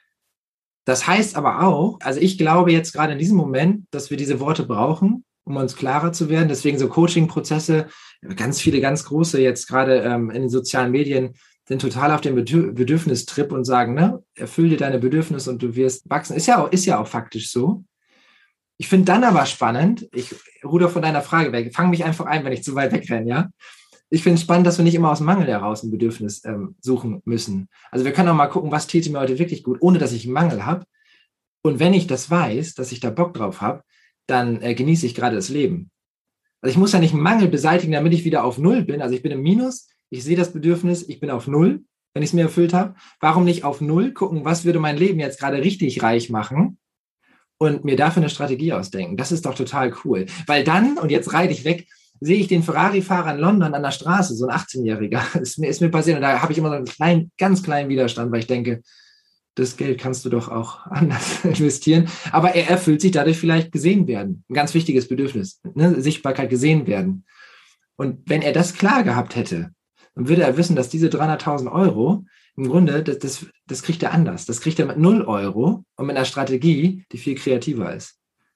Das heißt aber auch, also ich glaube jetzt gerade in diesem Moment, dass wir diese Worte brauchen, um uns klarer zu werden. Deswegen so Coaching-Prozesse, ganz viele, ganz große jetzt gerade in den sozialen Medien, sind total auf dem Bedürfnistrip und sagen, ne, erfüll dir deine Bedürfnisse und du wirst wachsen. Ist ja auch faktisch so. Ich finde dann aber spannend, ich ruder von deiner Frage weg, fang mich einfach ein, wenn ich zu weit wegrenne, ja? Ich finde es spannend, dass wir nicht immer aus dem Mangel heraus ein Bedürfnis suchen müssen. Also wir können auch mal gucken, was täte mir heute wirklich gut, ohne dass ich einen Mangel habe. Und wenn ich das weiß, dass ich da Bock drauf habe, dann genieße ich gerade das Leben. Also ich muss ja nicht einen Mangel beseitigen, damit ich wieder auf Null bin. Also ich bin im Minus, ich sehe das Bedürfnis, ich bin auf Null, wenn ich es mir erfüllt habe. Warum nicht auf Null gucken, was würde mein Leben jetzt gerade richtig reich machen und mir dafür eine Strategie ausdenken? Das ist doch total cool. Weil dann, und jetzt reite ich weg, sehe ich den Ferrari-Fahrer in London an der Straße, so ein 18-Jähriger. Ist mir passiert. Und da habe ich immer so einen ganz kleinen Widerstand, weil ich denke, das Geld kannst du doch auch anders investieren. Aber er erfüllt sich dadurch vielleicht gesehen werden. Ein ganz wichtiges Bedürfnis. Ne? Sichtbarkeit, gesehen werden. Und wenn er das klar gehabt hätte, dann würde er wissen, dass diese 300.000 Euro im Grunde, das kriegt er anders. Das kriegt er mit 0 Euro und mit einer Strategie, die viel kreativer ist.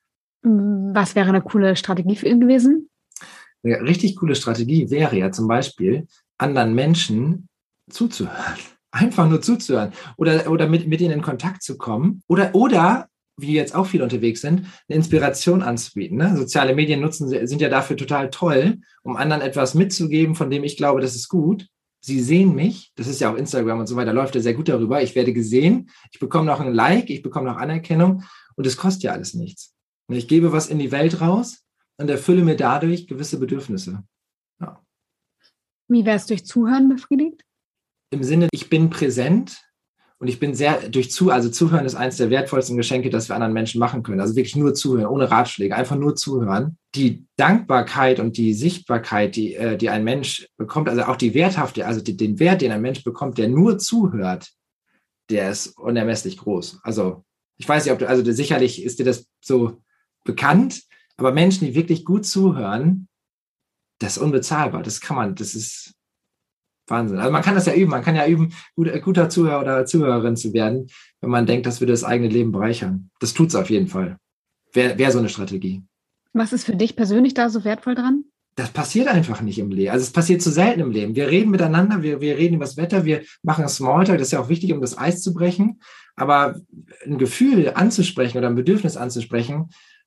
Was wäre eine coole Strategie für ihn gewesen? Eine richtig coole Strategie wäre ja zum Beispiel, anderen Menschen zuzuhören. Einfach nur zuzuhören oder mit ihnen in Kontakt zu kommen oder wie jetzt auch viele unterwegs sind, eine Inspiration anzubieten. Ne? Soziale Medien sind ja dafür total toll, um anderen etwas mitzugeben, von dem ich glaube, das ist gut. Sie sehen mich, das ist ja auch Instagram und so weiter, läuft ja sehr gut darüber. Ich werde gesehen, ich bekomme noch ein Like, ich bekomme noch Anerkennung und es kostet ja alles nichts. Und ich gebe was in die Welt raus und erfülle mir dadurch gewisse Bedürfnisse. Ja. Wie wär's durch Zuhören befriedigt? Im Sinne, ich bin präsent und ich bin also Zuhören ist eines der wertvollsten Geschenke, das wir anderen Menschen machen können. Also wirklich nur zuhören, ohne Ratschläge, einfach nur zuhören. Die Dankbarkeit und die Sichtbarkeit, die ein Mensch bekommt, also auch die werthafte, also den Wert, den ein Mensch bekommt, der nur zuhört, der ist unermesslich groß. Also ich weiß nicht, sicherlich ist dir das so bekannt, aber Menschen, die wirklich gut zuhören, das ist unbezahlbar. Das ist Wahnsinn. Also man kann das ja üben. Man kann ja üben, guter Zuhörer oder Zuhörerin zu werden, wenn man denkt, das würde das eigene Leben bereichern. Das tut's auf jeden Fall. Wäre so eine Strategie. Was ist für dich persönlich da so wertvoll dran? Das passiert einfach nicht im Leben. Also es passiert zu selten im Leben. Wir reden miteinander, wir reden über das Wetter, wir machen Smalltalk. Das ist ja auch wichtig, um das Eis zu brechen. Aber ein Gefühl anzusprechen oder ein Bedürfnis anzusprechen,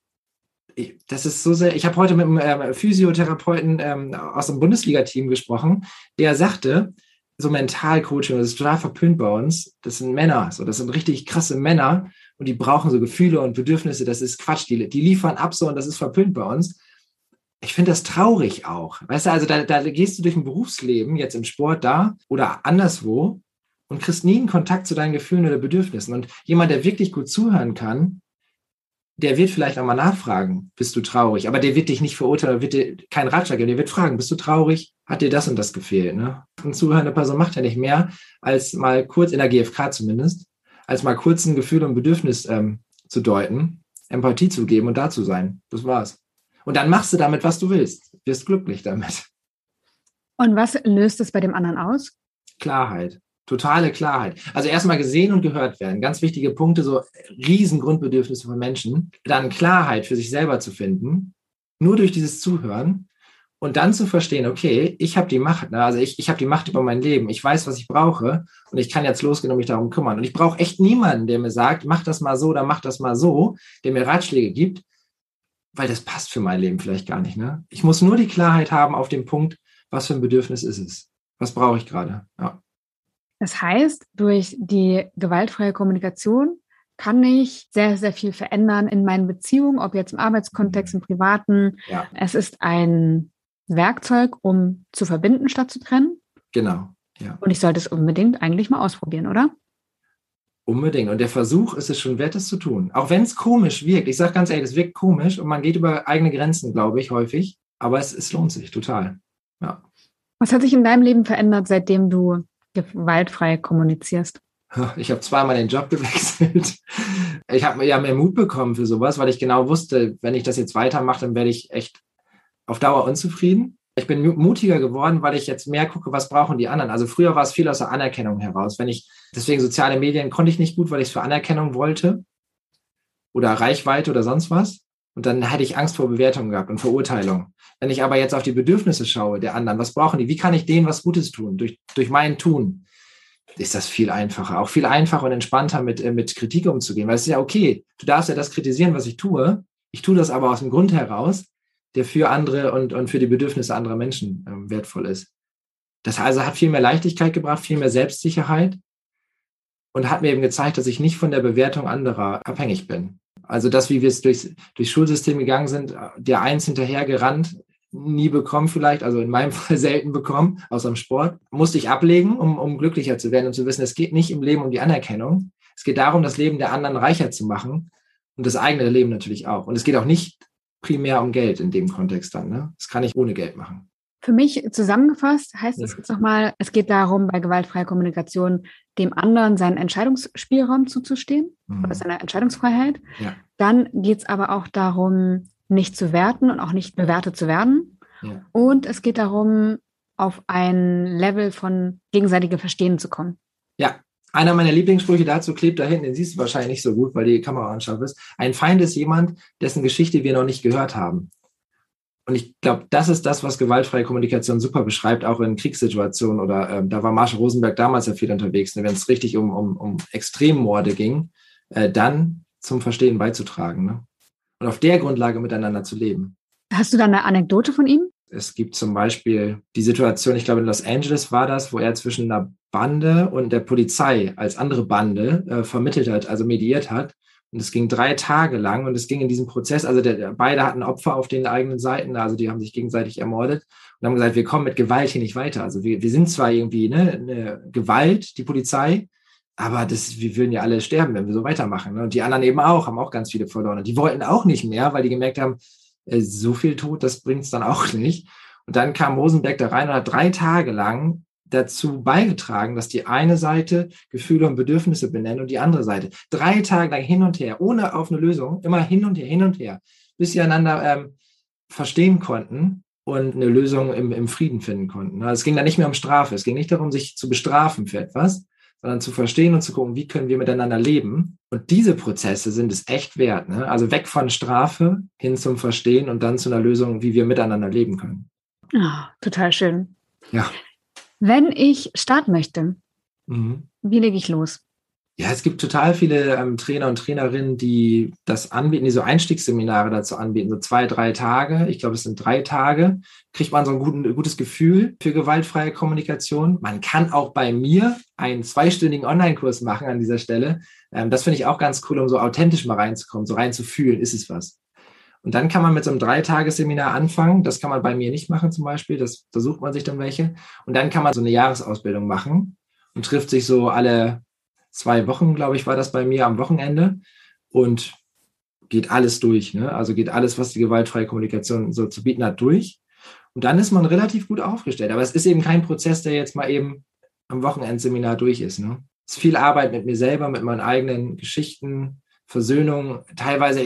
das ist so sehr. Ich habe heute mit einem Physiotherapeuten aus dem Bundesliga-Team gesprochen, der sagte, so Mentalcoaching, das ist total verpönt bei uns. Das sind Männer, das sind richtig krasse Männer und die brauchen so Gefühle und Bedürfnisse. Das ist Quatsch, die liefern ab so und das ist verpönt bei uns. Ich finde das traurig auch. Weißt du, also da gehst du durch ein Berufsleben, jetzt im Sport da oder anderswo und kriegst nie einen Kontakt zu deinen Gefühlen oder Bedürfnissen. Und jemand, der wirklich gut zuhören kann, der wird vielleicht auch mal nachfragen, bist du traurig? Aber der wird dich nicht verurteilen, wird dir keinen Ratschlag geben. Der wird fragen, bist du traurig? Hat dir das und das gefehlt? Ne? Eine zuhörende Person macht ja nicht mehr, als mal kurz, in der GfK zumindest, als mal kurz ein Gefühl und Bedürfnis zu deuten, Empathie zu geben und da zu sein. Das war's. Und dann machst du damit, was du willst. Wirst glücklich damit. Und was löst es bei dem anderen aus? Klarheit. Totale Klarheit. Also erstmal gesehen und gehört werden. Ganz wichtige Punkte, so riesen Grundbedürfnisse von Menschen. Dann Klarheit für sich selber zu finden. Nur durch dieses Zuhören. Und dann zu verstehen, okay, ich habe die Macht. Ne? Also ich habe die Macht über mein Leben. Ich weiß, was ich brauche. Und ich kann jetzt losgehen und mich darum kümmern. Und ich brauche echt niemanden, der mir sagt, mach das mal so oder mach das mal so, der mir Ratschläge gibt. Weil das passt für mein Leben vielleicht gar nicht. Ne? Ich muss nur die Klarheit haben auf dem Punkt, was für ein Bedürfnis ist es? Was brauche ich gerade? Ja. Das heißt, durch die gewaltfreie Kommunikation kann ich sehr, sehr viel verändern in meinen Beziehungen, ob jetzt im Arbeitskontext, im Privaten. Ja. Es ist ein Werkzeug, um zu verbinden statt zu trennen. Genau. Ja. Und ich sollte es unbedingt eigentlich mal ausprobieren, oder? Unbedingt. Und der Versuch ist es schon wert, es zu tun. Auch wenn es komisch wirkt. Ich sage ganz ehrlich, es wirkt komisch und man geht über eigene Grenzen, glaube ich, häufig. Aber es lohnt sich total. Ja. Was hat sich in deinem Leben verändert, seitdem du gewaltfrei kommunizierst? Ich habe zweimal den Job gewechselt. Ich habe ja mehr Mut bekommen für sowas, weil ich genau wusste, wenn ich das jetzt weitermache, dann werde ich echt auf Dauer unzufrieden. Ich bin mutiger geworden, weil ich jetzt mehr gucke, was brauchen die anderen. Also früher war es viel aus der Anerkennung heraus. Deswegen soziale Medien konnte ich nicht gut, weil ich es für Anerkennung wollte oder Reichweite oder sonst was. Und dann hätte ich Angst vor Bewertung gehabt und Verurteilung. Wenn ich aber jetzt auf die Bedürfnisse schaue der anderen, was brauchen die? Wie kann ich denen was Gutes tun? Durch mein Tun ist das viel einfacher. Auch viel einfacher und entspannter mit Kritik umzugehen. Weil es ist ja okay, du darfst ja das kritisieren, was ich tue. Ich tue das aber aus dem Grund heraus, der für andere und für die Bedürfnisse anderer Menschen wertvoll ist. Das also hat viel mehr Leichtigkeit gebracht, viel mehr Selbstsicherheit und hat mir eben gezeigt, dass ich nicht von der Bewertung anderer abhängig bin. Also das, wie wir es durchs Schulsystem gegangen sind, der eins hinterhergerannt, nie bekommen vielleicht, also in meinem Fall selten bekommen, außer im Sport, musste ich ablegen, um glücklicher zu werden und zu wissen, es geht nicht im Leben um die Anerkennung. Es geht darum, das Leben der anderen reicher zu machen und das eigene Leben natürlich auch. Und es geht auch nicht primär um Geld in dem Kontext dann. Ne? Das kann ich ohne Geld machen. Für mich zusammengefasst heißt es jetzt nochmal, es geht darum, bei gewaltfreier Kommunikation dem anderen seinen Entscheidungsspielraum zuzustehen oder seine Entscheidungsfreiheit. Ja. Dann geht es aber auch darum, nicht zu werten und auch nicht bewertet zu werden. Ja. Und es geht darum, auf ein Level von gegenseitigem Verstehen zu kommen. Ja, einer meiner Lieblingssprüche dazu klebt da hinten, den siehst du wahrscheinlich nicht so gut, weil die Kamera anscharf ist. Ein Feind ist jemand, dessen Geschichte wir noch nicht gehört haben. Und ich glaube, das ist das, was gewaltfreie Kommunikation super beschreibt, auch in Kriegssituationen oder da war Marshall Rosenberg damals ja viel unterwegs, wenn es richtig um Extremmorde ging, dann zum Verstehen beizutragen. Ne? Und auf der Grundlage miteinander zu leben. Hast du da eine Anekdote von ihm? Es gibt zum Beispiel die Situation, ich glaube in Los Angeles war das, wo er zwischen einer Bande und der Polizei als andere Bande vermittelt hat, also mediiert hat. Und es ging 3 Tage lang und es ging in diesem Prozess, also beide hatten Opfer auf den eigenen Seiten, also die haben sich gegenseitig ermordet und haben gesagt, wir kommen mit Gewalt hier nicht weiter. Also wir sind zwar irgendwie eine Gewalt, die Polizei, aber wir würden ja alle sterben, wenn wir so weitermachen. Ne? Und die anderen eben auch, haben auch ganz viele verloren. Und die wollten auch nicht mehr, weil die gemerkt haben, so viel Tod, das bringt es dann auch nicht. Und dann kam Rosenberg da rein und hat 3 Tage lang dazu beigetragen, dass die eine Seite Gefühle und Bedürfnisse benennt und die andere Seite. 3 Tage lang hin und her, ohne auf eine Lösung, immer hin und her, bis sie einander verstehen konnten und eine Lösung im Frieden finden konnten. Also es ging dann nicht mehr um Strafe, es ging nicht darum, sich zu bestrafen für etwas, sondern zu verstehen und zu gucken, wie können wir miteinander leben. Und diese Prozesse sind es echt wert. Ne? Also weg von Strafe hin zum Verstehen und dann zu einer Lösung, wie wir miteinander leben können. Oh, total schön. Ja. Wenn ich starten möchte, wie lege ich los? Ja, es gibt total viele Trainer und Trainerinnen, die das anbieten, die so Einstiegsseminare dazu anbieten, so 2, 3 Tage. Ich glaube, es sind 3 Tage. Kriegt man so ein gutes Gefühl für gewaltfreie Kommunikation. Man kann auch bei mir einen 2-stündigen Online-Kurs machen an dieser Stelle. Das finde ich auch ganz cool, um so authentisch mal reinzukommen, so reinzufühlen, ist es was. Und dann kann man mit so einem 3-Tages-Seminar anfangen. Das kann man bei mir nicht machen zum Beispiel. Da sucht man sich dann welche. Und dann kann man so eine Jahresausbildung machen und trifft sich so alle 2 Wochen, glaube ich, war das bei mir am Wochenende und geht alles durch. Ne? Also geht alles, was die gewaltfreie Kommunikation so zu bieten hat, durch. Und dann ist man relativ gut aufgestellt. Aber es ist eben kein Prozess, der jetzt mal eben am Wochenendseminar durch ist. Ne? Es ist viel Arbeit mit mir selber, mit meinen eigenen Geschichten, Versöhnung, teilweise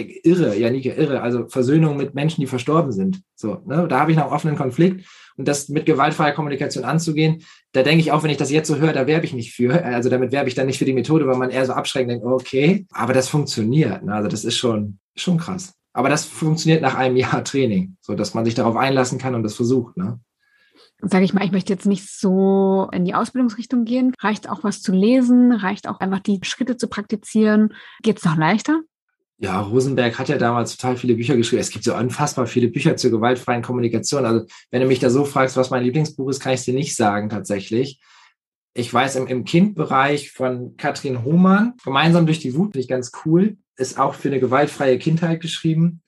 irre, also Versöhnung mit Menschen, die verstorben sind. So, ne? Da habe ich noch einen offenen Konflikt. Und das mit gewaltfreier Kommunikation anzugehen, da denke ich auch, wenn ich das jetzt so höre, da werbe ich nicht für. Also damit werbe ich dann nicht für die Methode, weil man eher so abschreckend denkt, okay, aber das funktioniert. Ne? Also das ist schon krass. Aber das funktioniert nach einem Jahr Training, so dass man sich darauf einlassen kann und das versucht. Ne? Sage ich mal, ich möchte jetzt nicht so in die Ausbildungsrichtung gehen. Reicht auch was zu lesen? Reicht auch einfach die Schritte zu praktizieren? Geht es noch leichter? Ja, Rosenberg hat ja damals total viele Bücher geschrieben. Es gibt so unfassbar viele Bücher zur gewaltfreien Kommunikation. Also wenn du mich da so fragst, was mein Lieblingsbuch ist, kann ich es dir nicht sagen tatsächlich. Ich weiß, im Kindbereich von Katrin Hohmann, Gemeinsam durch die Wut, finde ich ganz cool, ist auch für eine gewaltfreie Kindheit geschrieben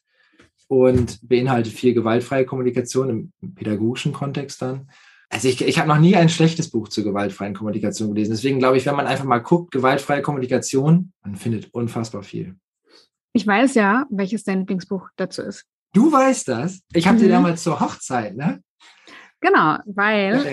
und beinhaltet viel gewaltfreie Kommunikation im pädagogischen Kontext dann. Also ich habe noch nie ein schlechtes Buch zur gewaltfreien Kommunikation gelesen. Deswegen glaube ich, wenn man einfach mal guckt, gewaltfreie Kommunikation, man findet unfassbar viel. Ich weiß ja, welches dein Lieblingsbuch dazu ist. Du weißt das? Ich habe dir damals zur Hochzeit, ne? Genau, weil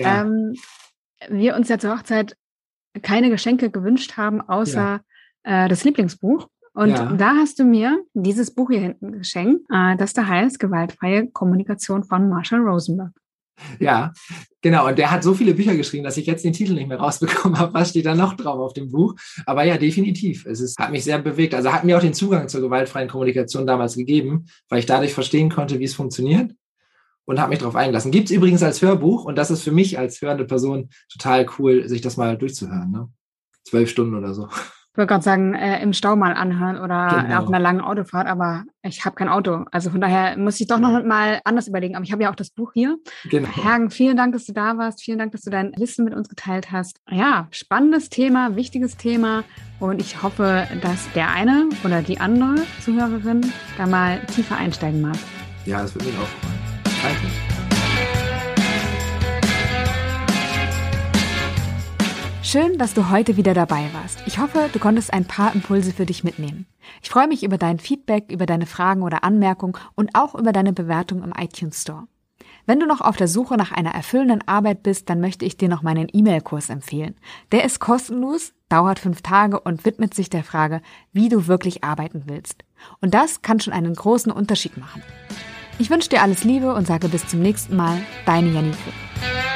wir uns ja zur Hochzeit keine Geschenke gewünscht haben, außer das Lieblingsbuch. Und da hast du mir dieses Buch hier hinten geschenkt, das da heißt Gewaltfreie Kommunikation von Marshall Rosenberg. Ja, genau. Und der hat so viele Bücher geschrieben, dass ich jetzt den Titel nicht mehr rausbekommen habe. Was steht da noch drauf auf dem Buch? Aber ja, definitiv. Hat mich sehr bewegt. Also hat mir auch den Zugang zur gewaltfreien Kommunikation damals gegeben, weil ich dadurch verstehen konnte, wie es funktioniert und habe mich darauf eingelassen. Gibt es übrigens als Hörbuch und das ist für mich als hörende Person total cool, sich das mal durchzuhören. Ne? 12 Stunden oder so. Ich wollte gerade sagen, im Stau mal anhören oder Genau. auf einer langen Autofahrt, aber ich habe kein Auto. Also von daher muss ich doch noch mal anders überlegen. Aber ich habe ja auch das Buch hier. Genau. Hergen, vielen Dank, dass du da warst. Vielen Dank, dass du dein Wissen mit uns geteilt hast. Ja, spannendes Thema, wichtiges Thema. Und ich hoffe, dass der eine oder die andere Zuhörerin da mal tiefer einsteigen mag. Ja, das würde mich auch freuen. Danke. Schön, dass du heute wieder dabei warst. Ich hoffe, du konntest ein paar Impulse für dich mitnehmen. Ich freue mich über dein Feedback, über deine Fragen oder Anmerkungen und auch über deine Bewertung im iTunes Store. Wenn du noch auf der Suche nach einer erfüllenden Arbeit bist, dann möchte ich dir noch meinen E-Mail-Kurs empfehlen. Der ist kostenlos, dauert 5 Tage und widmet sich der Frage, wie du wirklich arbeiten willst. Und das kann schon einen großen Unterschied machen. Ich wünsche dir alles Liebe und sage bis zum nächsten Mal, deine Janike.